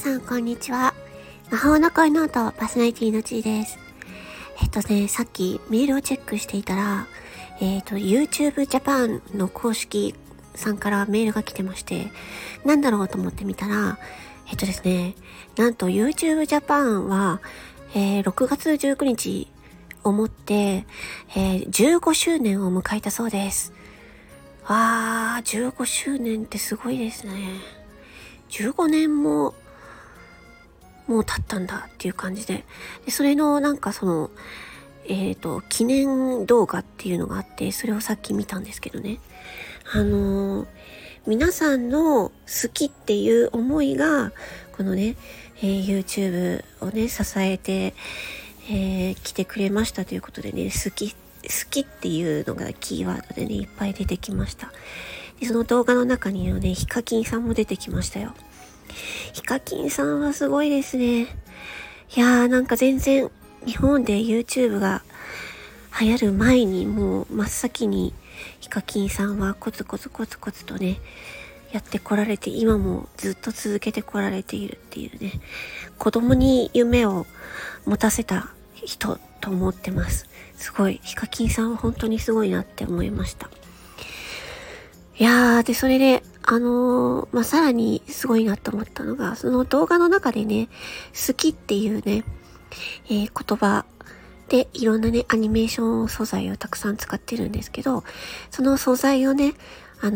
さんこんにちは。魔法の恋ノートパーソナリティのちーです。さっきメールをチェックしていたら、YouTube Japan の公式さんからメールが来てまして、なんだろうと思ってみたら、ですね、なんと YouTube Japan は、6月19日をもって、15周年を迎えたそうです。15周年ってすごいですね。15年もう経ったんだっていう感じで。それの記念動画っていうのがあって、それをさっき見たんですけどね。皆さんの好きっていう思いが、このね、YouTube をね、支えて、来てくれましたということでね、好きっていうのがキーワードでね、いっぱい出てきました。で、その動画の中にはね、ヒカキンさんも出てきましたよ。ヒカキンさんはすごいですね。いやー、全然日本で YouTube が流行る前にもう真っ先にヒカキンさんはコツコツとね、やってこられて、今もずっと続けてこられているっていうね、子供に夢を持たせた人と思ってます。すごい、ヒカキンさんは本当にすごいなって思いました。いやー、で、それで、さらにすごいなと思ったのが、その動画の中でね、好きっていうね、言葉でいろんなね、アニメーション素材をたくさん使ってるんですけど、その素材をね、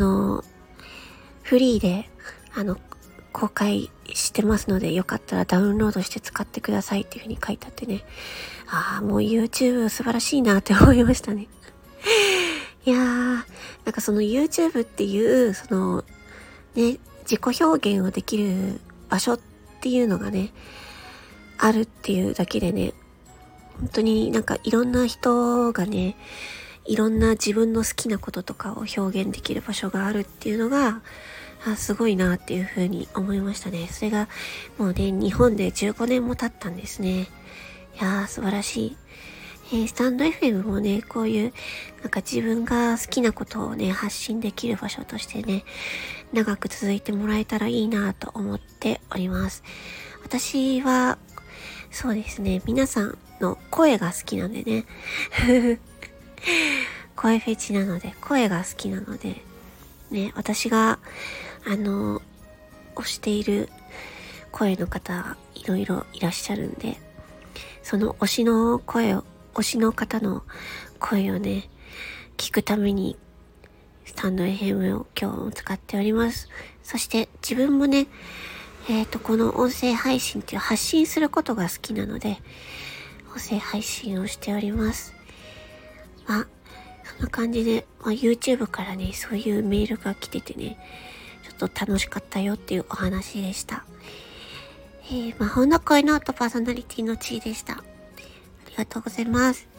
フリーで、公開してますので、よかったらダウンロードして使ってくださいっていう風に書いてあってね、もう YouTube 素晴らしいなって思いましたね。いやー、その YouTube っていう、ね、自己表現をできる場所っていうのがね、あるっていうだけでね、本当にいろんな人がね、いろんな自分の好きなこととかを表現できる場所があるっていうのが、すごいなっていうふうに思いましたね。それがもうね、日本で15年も経ったんですね。いやー、素晴らしい。スタンド FM もね、こういう自分が好きなことをね、発信できる場所としてね、長く続いてもらえたらいいなと思っております。私は、そうですね、皆さんの声が好きなんでね。声フェチなので、声が好きなので、ね、私が、推している声の方、いろいろいらっしゃるんで、その推しの方の声をね、聞くために、スタンド FM を今日も使っております。そして自分もね、この音声配信っていう発信することが好きなので、音声配信をしております。そんな感じで、YouTube からね、そういうメールが来ててね、ちょっと楽しかったよっていうお話でした。魔法の恋ノートパーソナリティのちーでした。ありがとうございます。